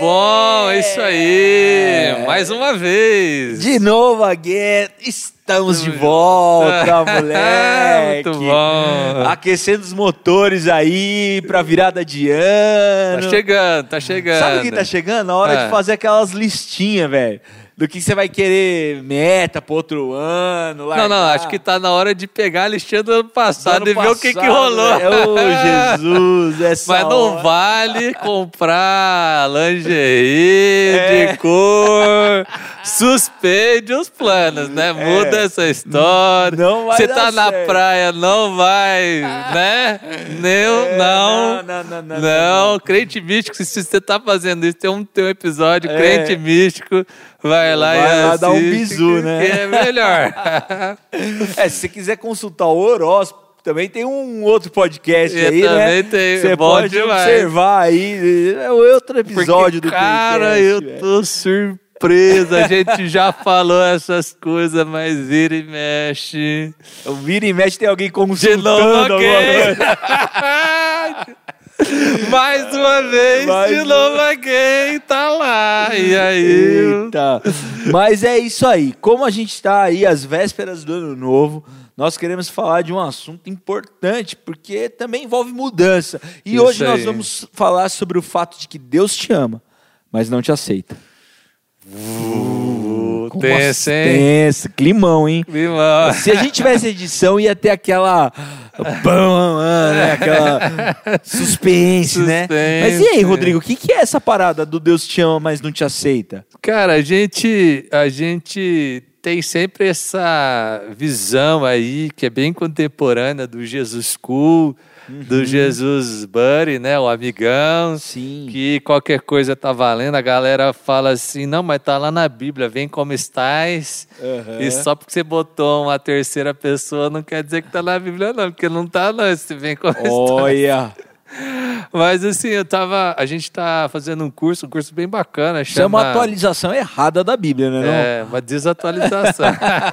bom, é isso aí. Mais uma vez. De novo, again. Estamos de volta, moleque. Muito bom. Aquecendo os motores aí pra virada de ano. Tá chegando. Sabe o que tá chegando? A hora de fazer aquelas listinhas, velho. Do que você vai querer meta pro outro ano. Largar. Não, acho que tá na hora de pegar a listinha do ano passado e ver o que rolou. Ô, Jesus, essa Mas não vale comprar lingerie de cor. Suspende os planos, né? Muda essa história. Não vai Você dar tá na certo. praia, não vai, né? Não. Crente místico, se você tá fazendo isso, tem um episódio, crente místico. Vai lá e dar um bizu, né? Que é melhor. Se você quiser consultar o horóscopo, também tem um outro podcast aí, também né? tem. Você Bom pode demais. observar aí. É outro episódio do cara, Cast, eu tô surpreso. A gente já falou essas coisas, mas vira e mexe. O vira e mexe tem alguém De consultando novo alguma alguém. coisa. Mais uma vez, de novo alguém tá lá. E aí? Eita. Mas é isso aí. Como a gente tá aí às vésperas do ano novo, nós queremos falar de um assunto importante, porque também envolve mudança. E Isso hoje nós aí. vamos falar sobre o fato de que Deus te ama, mas não te aceita. Tenso, hein? Tenso, climão, hein? Climão. Se a gente tivesse edição, ia ter aquela né? Aquela suspense, né? Mas e aí, Rodrigo, o que é essa parada do Deus te ama, mas não te aceita? Cara, a gente tem sempre essa visão aí, que é bem contemporânea do Jesus Cool, do Jesus Buddy, né? O amigão. Sim. Que qualquer coisa tá valendo. A galera fala assim, não, mas tá lá na Bíblia, vem como estás. E só porque você botou uma terceira pessoa não quer dizer que tá na Bíblia não, porque não tá não, se vem como estás. Olha. Mas assim, a gente tá fazendo um curso bem bacana. Isso é uma atualização errada da Bíblia, né? É, uma desatualização.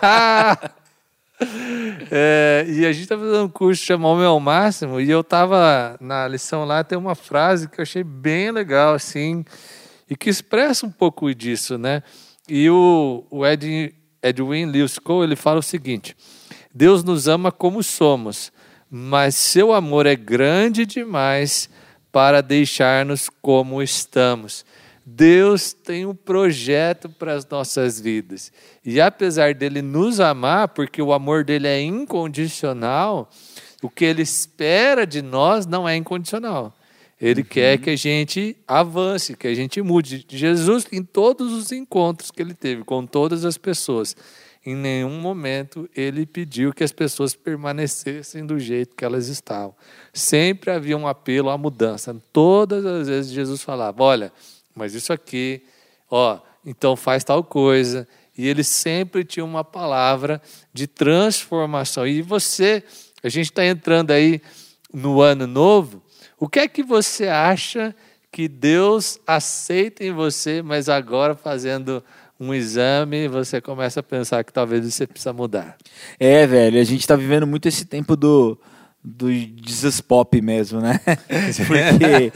E a gente tá fazendo um curso chamado Homem ao Máximo, e eu tava na lição lá, tem uma frase que eu achei bem legal, assim, e que expressa um pouco disso, né? E o Edwin Lewis Cole, ele fala o seguinte: Deus nos ama como somos, mas seu amor é grande demais para deixar-nos como estamos. Deus tem um projeto para as nossas vidas. E apesar dele nos amar, porque o amor dele é incondicional, o que ele espera de nós não é incondicional. Ele quer que a gente avance, que a gente mude. Jesus, em todos os encontros que ele teve com todas as pessoas, em nenhum momento ele pediu que as pessoas permanecessem do jeito que elas estavam. Sempre havia um apelo à mudança. Todas as vezes Jesus falava, olha, mas isso aqui, então faz tal coisa. E ele sempre tinha uma palavra de transformação. E a gente está entrando aí no ano novo, o que é que você acha que Deus aceita em você, mas agora fazendo um exame, você começa a pensar que talvez você precisa mudar? Velho, a gente tá vivendo muito esse tempo do Jesus Pop mesmo, né? Porque,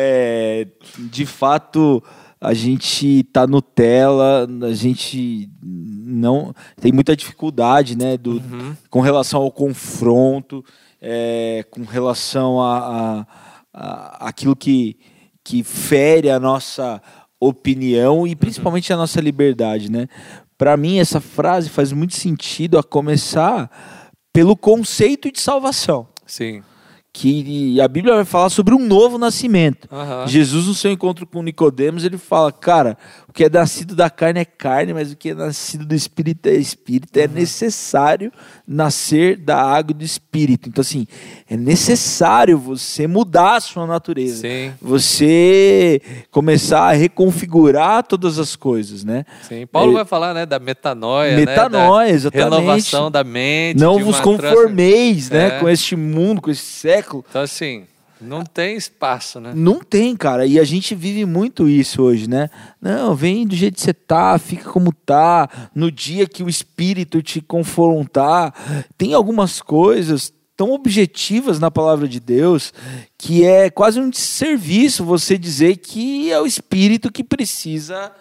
de fato, a gente tá Nutella, a gente não tem muita dificuldade, né? Com relação ao confronto, com relação a aquilo que fere a nossa opinião e principalmente a nossa liberdade, né? Para mim, essa frase faz muito sentido, a começar pelo conceito de salvação. Sim. Que a Bíblia vai falar sobre um novo nascimento. Jesus, no seu encontro com Nicodemos, ele fala, cara, o que é nascido da carne é carne, mas o que é nascido do Espírito é Espírito. É necessário nascer da água do Espírito. Então, assim, é necessário você mudar a sua natureza. Sim. Você começar a reconfigurar todas as coisas, né? Sim. Paulo vai falar, né, da metanoia, Metanoia, né? exatamente. Renovação da mente. Não vos conformeis, né, com este mundo, com esse século. Então, assim, não tem espaço, né? Não tem, cara. E a gente vive muito isso hoje, né? Não, vem do jeito que você tá, fica como tá. No dia que o Espírito te confrontar, tem algumas coisas, tão objetivas na palavra de Deus que é quase um desserviço você dizer que é o Espírito que precisa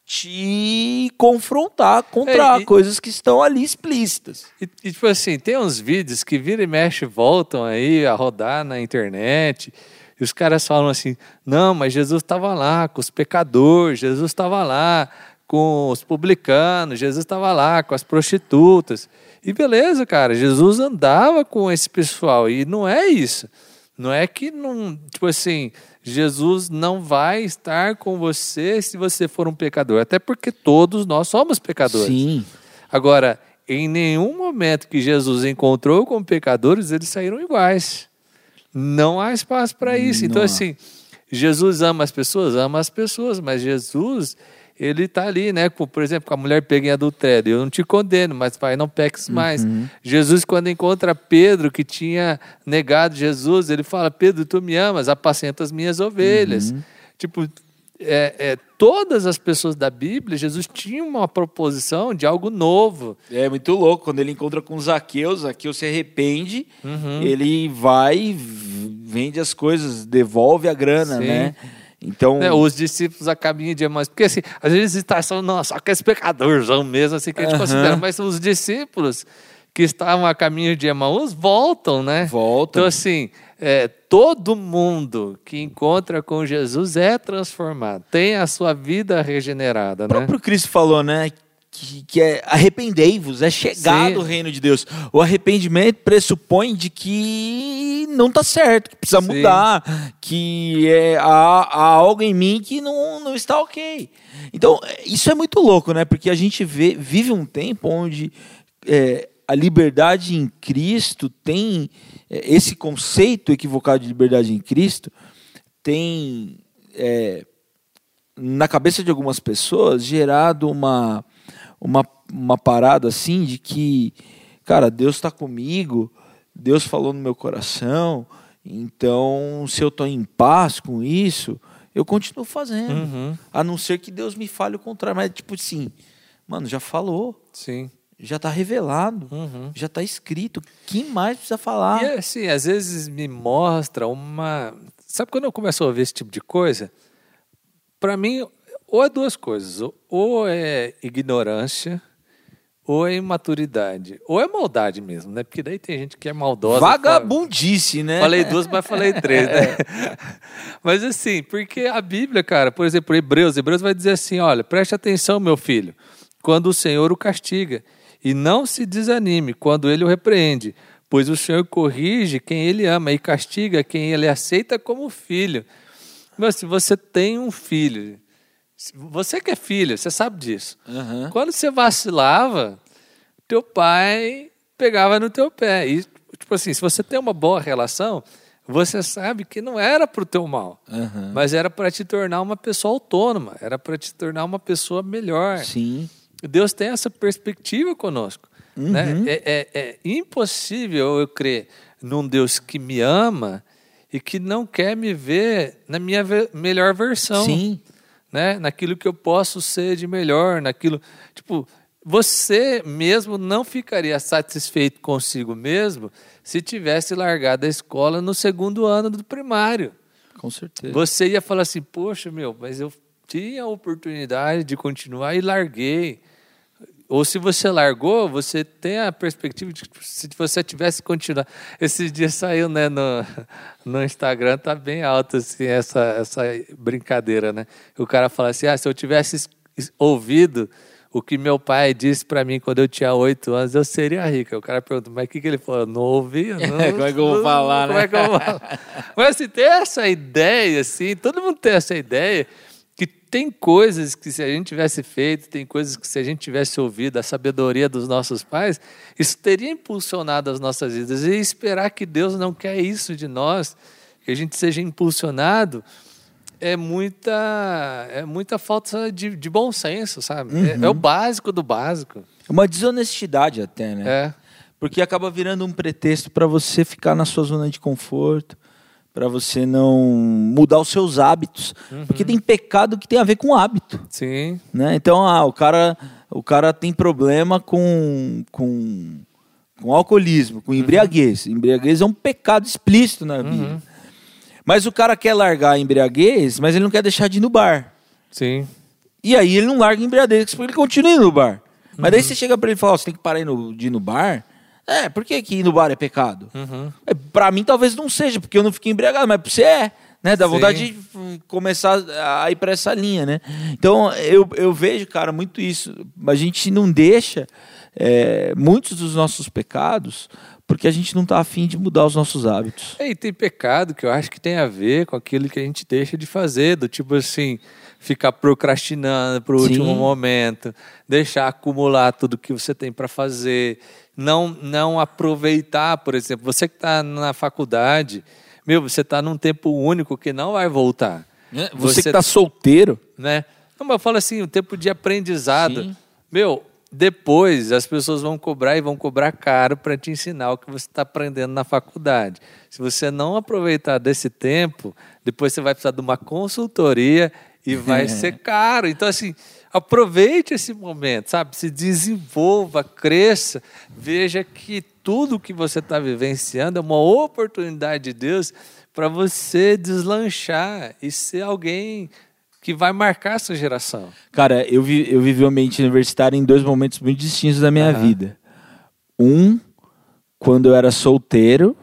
te confrontar contra coisas que estão ali explícitas. E tipo assim, tem uns vídeos que vira e mexe voltam aí a rodar na internet e os caras falam assim, não, mas Jesus estava lá com os pecadores, Jesus estava lá com os publicanos, Jesus estava lá com as prostitutas. E beleza, cara, Jesus andava com esse pessoal e não é isso. Não é que, não, tipo assim, Jesus não vai estar com você se você for um pecador. Até porque todos nós somos pecadores. Sim. Agora, em nenhum momento que Jesus encontrou com pecadores, eles saíram iguais. Não há espaço para isso. Então, assim, Jesus ama as pessoas, mas Jesus, ele está ali, né? Por exemplo, com a mulher pega em adultério. Eu não te condeno, mas vai, não peques mais. Jesus, quando encontra Pedro, que tinha negado Jesus, ele fala, Pedro, tu me amas, apacenta as minhas ovelhas. Tipo, todas as pessoas da Bíblia, Jesus tinha uma proposição de algo novo. É muito louco, quando ele encontra com Zaqueu se arrepende, ele vai, vende as coisas, devolve a grana, né? Então, os discípulos a caminho de Emaús, porque assim, às vezes está só, não, só aqueles pecadorzão mesmo, assim que a gente considera, mas os discípulos que estavam a caminho de Emaús voltam, né? Voltam. Então assim, todo mundo que encontra com Jesus é transformado, tem a sua vida regenerada, o próprio Cristo falou, né? Que é arrependei-vos, é chegado o reino de Deus. O arrependimento pressupõe de que não está certo, que precisa mudar, que há algo em mim que não está ok. Então, isso é muito louco, né? Porque a gente vive um tempo onde a liberdade em Cristo tem esse conceito equivocado de liberdade em Cristo, tem na cabeça de algumas pessoas gerado uma parada assim de que, cara, Deus está comigo, Deus falou no meu coração, então se eu estou em paz com isso, eu continuo fazendo, a não ser que Deus me fale o contrário. Mas tipo assim, mano, já falou, já está revelado, já está escrito, que mais precisa falar? E assim, às vezes me mostra uma... Sabe quando eu começo a ouvir esse tipo de coisa? Para mim, ou é duas coisas, ou é ignorância, ou é imaturidade, ou é maldade mesmo, né? Porque daí tem gente que é maldosa. Vagabundice, né? Falei duas, mas falei três, né? Mas assim, porque a Bíblia, cara, por exemplo, Hebreus vai dizer assim, olha, preste atenção, meu filho, quando o Senhor o castiga, e não se desanime quando ele o repreende, pois o Senhor corrige quem ele ama e castiga quem ele aceita como filho. Mas se você tem um filho, você que é filho, você sabe disso. Quando você vacilava, teu pai pegava no teu pé. E, tipo assim, se você tem uma boa relação, você sabe que não era para o teu mal, mas era para te tornar uma pessoa autônoma, era para te tornar uma pessoa melhor. Sim. Deus tem essa perspectiva conosco. Né? É impossível eu crer num Deus que me ama e que não quer me ver na minha melhor versão. Sim. Né? Naquilo que eu posso ser de melhor, naquilo... Tipo, você mesmo não ficaria satisfeito consigo mesmo se tivesse largado a escola no 2º ano do primário. Com certeza. Você ia falar assim, poxa, mas eu tinha a oportunidade de continuar e larguei. Ou se você largou, você tem a perspectiva de que se você tivesse continuado. Esses dias saiu, né, no Instagram, tá bem alto assim, essa brincadeira, né? O cara fala assim, se eu tivesse ouvido o que meu pai disse para mim quando eu tinha 8 anos, eu seria rico. O cara pergunta, mas o que ele falou? Não ouvi? Não, como é que eu vou falar, né? Como é que eu vou falar? Mas assim, tem essa ideia, assim, todo mundo tem essa ideia, que tem coisas que se a gente tivesse feito, tem coisas que se a gente tivesse ouvido a sabedoria dos nossos pais, isso teria impulsionado as nossas vidas. E esperar que Deus não quer isso de nós, que a gente seja impulsionado, é muita falta de bom senso, sabe? É o básico do básico. É uma desonestidade até, né? Porque acaba virando um pretexto para você ficar na sua zona de conforto, para você não mudar os seus hábitos. Porque tem pecado que tem a ver com hábito. Sim. Né? Então, o cara tem problema com com alcoolismo, com embriaguez. Embriaguez é um pecado explícito na Bíblia. Mas o cara quer largar a embriaguez, mas ele não quer deixar de ir no bar. Sim. E aí ele não larga a embriaguez, porque ele continua indo no bar. Mas daí você chega pra ele e fala, você tem que parar de ir no bar? Por que ir no bar é pecado? Pra mim talvez não seja, porque eu não fiquei embriagado, mas pra você é. Né? Dá vontade de começar a ir pra essa linha, né? Então eu vejo, cara, muito isso. A gente não deixa muitos dos nossos pecados porque a gente não tá afim de mudar os nossos hábitos. E tem pecado que eu acho que tem a ver com aquilo que a gente deixa de fazer, do tipo assim, ficar procrastinando pro último momento, deixar acumular tudo que você tem para fazer, não aproveitar, por exemplo, você que está na faculdade, você está num tempo único que não vai voltar. Você que está solteiro. Né? Não, mas eu falo assim, o tempo de aprendizado. Sim. Depois as pessoas vão cobrar e vão cobrar caro para te ensinar o que você está aprendendo na faculdade. Se você não aproveitar desse tempo, depois você vai precisar de uma consultoria e vai ser caro. Então, assim, aproveite esse momento, sabe? Se desenvolva, cresça, veja que tudo que você está vivenciando é uma oportunidade de Deus para você deslanchar e ser alguém que vai marcar a sua geração. Cara, eu vivi o ambiente universitário em 2 momentos muito distintos da minha vida. Quando eu era solteiro,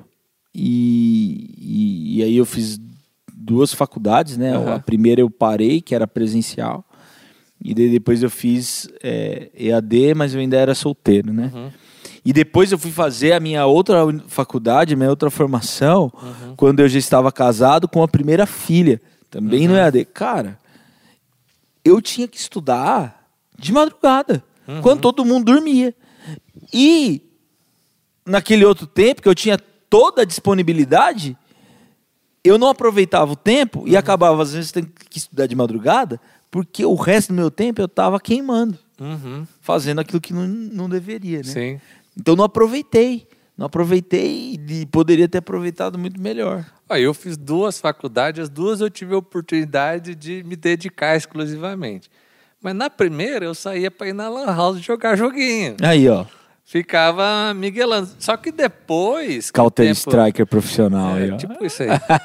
e aí eu fiz 2 faculdades, né? A primeira eu parei, que era presencial, e depois eu fiz EAD, mas eu ainda era solteiro, né? E depois eu fui fazer a minha outra faculdade, a minha outra formação, quando eu já estava casado com a primeira filha, também no EAD. Cara, eu tinha que estudar de madrugada, quando todo mundo dormia. E naquele outro tempo, que eu tinha toda a disponibilidade, eu não aproveitava o tempo e acabava, às vezes, tendo que estudar de madrugada, porque o resto do meu tempo eu estava queimando, fazendo aquilo que não deveria, né? Sim. Então não aproveitei e poderia ter aproveitado muito melhor. Eu fiz 2 faculdades, as 2 eu tive a oportunidade de me dedicar exclusivamente. Mas na primeira eu saía para ir na Lan House jogar joguinho. Aí, ó. Ficava miguelando. Só que depois... Counter-Striker profissional. Aí, ó. Tipo isso aí.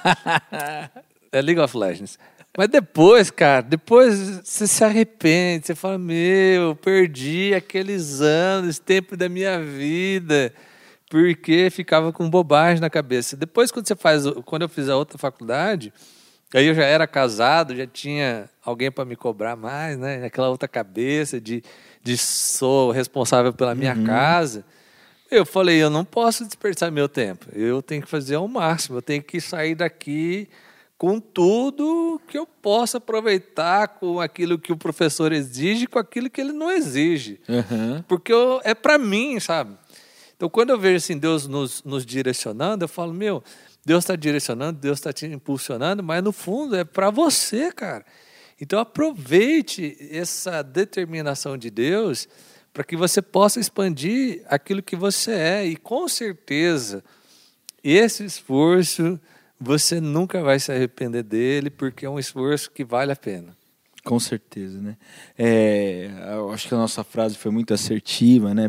É League of Legends. Mas depois, cara, você se arrepende. Você fala, perdi aqueles anos, tempo da minha vida... porque ficava com bobagem na cabeça. Depois, quando eu fiz a outra faculdade, aí eu já era casado, já tinha alguém para me cobrar mais, né? Aquela outra cabeça de sou responsável pela minha casa. Eu falei, eu não posso desperdiçar meu tempo. Eu tenho que fazer ao máximo. Eu tenho que sair daqui com tudo que eu possa aproveitar, com aquilo que o professor exige, com aquilo que ele não exige. Porque é para mim, sabe? Então, quando eu vejo assim, Deus nos direcionando, eu falo, Deus está direcionando, Deus está te impulsionando, mas no fundo é para você, cara. Então, aproveite essa determinação de Deus para que você possa expandir aquilo que você é. E, com certeza, esse esforço, você nunca vai se arrepender dele, porque é um esforço que vale a pena. Com certeza, né? Eu acho que a nossa frase foi muito assertiva, né?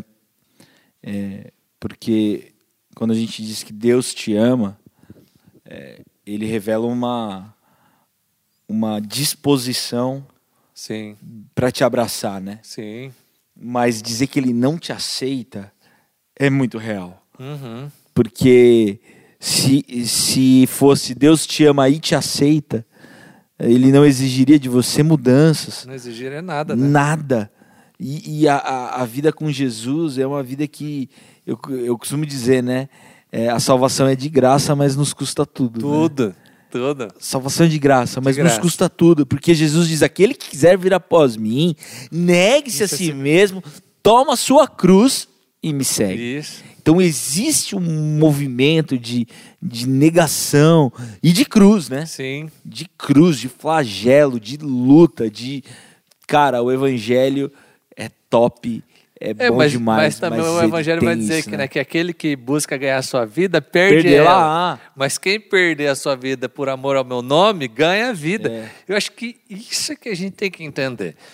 Porque quando a gente diz que Deus te ama, ele revela uma disposição para te abraçar, né? Sim. Mas dizer que ele não te aceita é muito real. Porque se fosse Deus te ama e te aceita, ele não exigiria de você mudanças. Não exigiria nada, né? Nada. E a vida com Jesus é uma vida que... Eu costumo dizer, né? A salvação é de graça, mas nos custa tudo. Tudo. Salvação é de graça, mas nos custa tudo. Porque Jesus diz, aquele que quiser vir após mim, negue-se a si mesmo, toma a sua cruz e me segue. Isso. Então existe um movimento de negação e de cruz, né? Sim. De cruz, de flagelo, de luta, Cara, o evangelho é top. Bom demais. Mas também o Evangelho vai dizer que aquele que busca ganhar a sua vida, perde ela. Mas quem perder a sua vida por amor ao meu nome, ganha a vida. Eu acho que isso é que a gente tem que entender.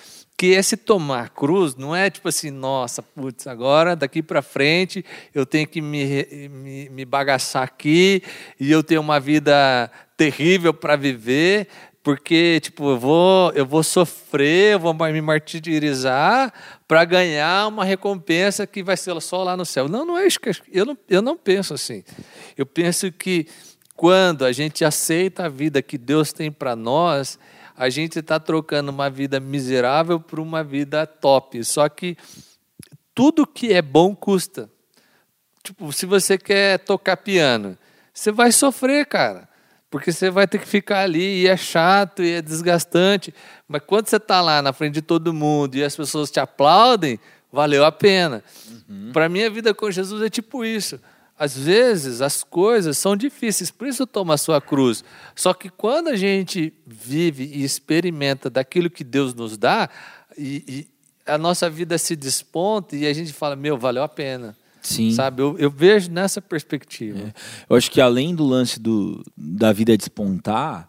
Porque esse tomar cruz não é tipo assim, nossa, putz, agora daqui para frente eu tenho que me bagaçar aqui e eu tenho uma vida terrível para viver, porque tipo, eu vou sofrer, eu vou me martirizar para ganhar uma recompensa que vai ser só lá no céu. Não, não é isso que eu não penso assim. Eu penso que quando a gente aceita a vida que Deus tem para nós, a gente está trocando uma vida miserável por uma vida top. Só que tudo que é bom custa. Tipo, se você quer tocar piano, você vai sofrer, cara. Porque você vai ter que ficar ali e é chato e é desgastante. Mas quando você está lá na frente de todo mundo e as pessoas te aplaudem, valeu a pena. Para mim, a vida com Jesus é tipo isso. Às vezes as coisas são difíceis, por isso toma a sua cruz. Só que quando a gente vive e experimenta daquilo que Deus nos dá, e a nossa vida se desponta e a gente fala, meu, valeu a pena. Sim. Sabe? Eu vejo nessa perspectiva. Eu acho que além do lance da vida despontar,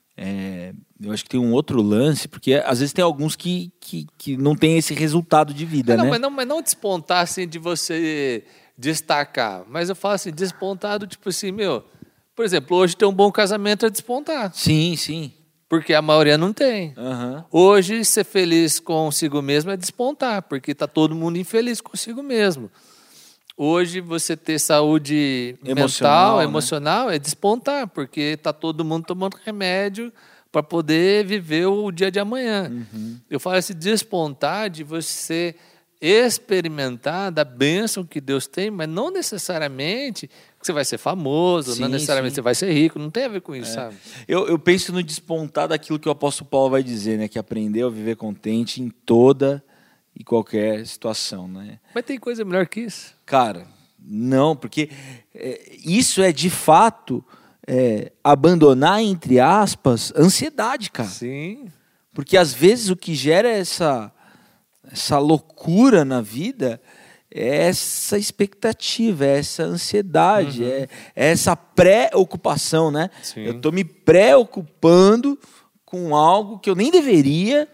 eu acho que tem um outro lance, porque às vezes tem alguns que não tem esse resultado de vida, né? Mas não despontar assim de você destacar. Mas eu falo assim, despontado, tipo assim, meu, por exemplo, hoje ter um bom casamento é despontar. Sim, sim. Porque a maioria não tem. Uhum. Hoje, ser feliz consigo mesmo é despontar, porque está todo mundo infeliz consigo mesmo. Hoje, você ter saúde mental, emocional, é despontar, porque está todo mundo tomando remédio para poder viver o dia de amanhã. Uhum. Eu falo assim, despontar de você experimentar da bênção que Deus tem, mas não necessariamente que você vai ser famoso, Sim, não necessariamente você vai ser rico, não tem a ver com isso, sabe? Eu penso no despontar daquilo que o apóstolo Paulo vai dizer, né? Que aprendeu a viver contente em toda e qualquer situação, né? Mas tem coisa melhor que isso? Cara, não, porque isso é de fato abandonar, entre aspas, ansiedade, cara. Sim. Porque às vezes o que gera essa loucura na vida é essa expectativa, é essa ansiedade, é essa preocupação, né? Sim. Eu estou me preocupando com algo que eu nem deveria,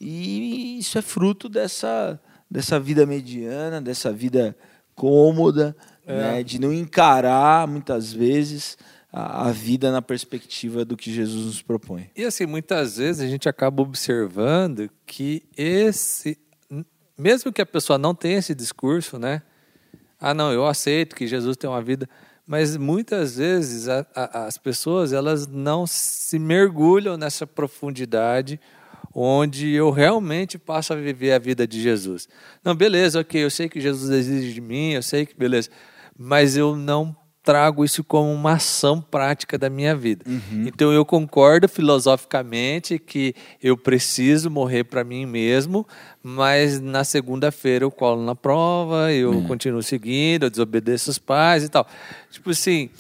e isso é fruto dessa vida mediana, dessa vida cômoda, né? De não encarar, muitas vezes, a vida na perspectiva do que Jesus nos propõe. E assim, muitas vezes a gente acaba observando que mesmo que a pessoa não tenha esse discurso, né? Ah, não, eu aceito que Jesus tem uma vida, mas muitas vezes as pessoas elas não se mergulham nessa profundidade onde eu realmente passo a viver a vida de Jesus. Não, beleza, ok, eu sei que Jesus exige de mim, eu sei que beleza, mas eu não trago isso como uma ação prática da minha vida. Então eu concordo filosoficamente que eu preciso morrer para mim mesmo, mas na segunda-feira eu colo na prova, eu continuo seguindo, eu desobedeço os pais e tal. Tipo assim,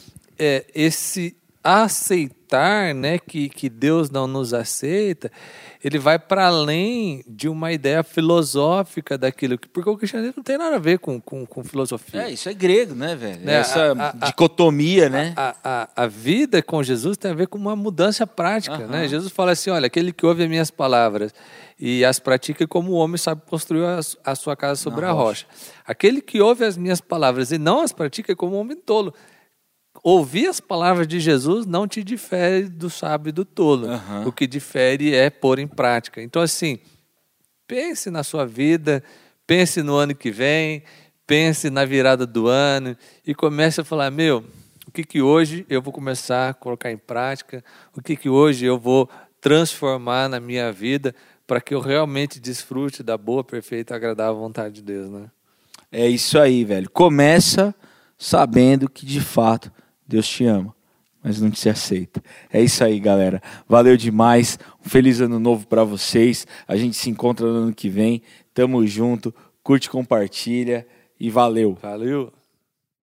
esse aceitar, né, que Deus não nos aceita, ele vai para além de uma ideia filosófica daquilo, porque o cristianismo não tem nada a ver com filosofia. Isso é grego, né, velho? Né? Essa dicotomia, né? A vida com Jesus tem a ver com uma mudança prática, né? Jesus fala assim, olha, aquele que ouve as minhas palavras e as pratica como o homem sabe construir a sua casa sobre a rocha. Aquele que ouve as minhas palavras e não as pratica é como um homem tolo. Ouvir as palavras de Jesus não te difere do sábio e do tolo. O que difere é pôr em prática. Então, assim, pense na sua vida, pense no ano que vem, pense na virada do ano e comece a falar, meu, o que hoje eu vou começar a colocar em prática, o que hoje eu vou transformar na minha vida para que eu realmente desfrute da boa, perfeita e agradável vontade de Deus, né? É isso aí, velho. Começa sabendo que, de fato, Deus te ama, mas não te aceita. É isso aí, galera. Valeu demais. Um feliz ano novo para vocês. A gente se encontra no ano que vem. Tamo junto. Curte, compartilha e valeu. Valeu.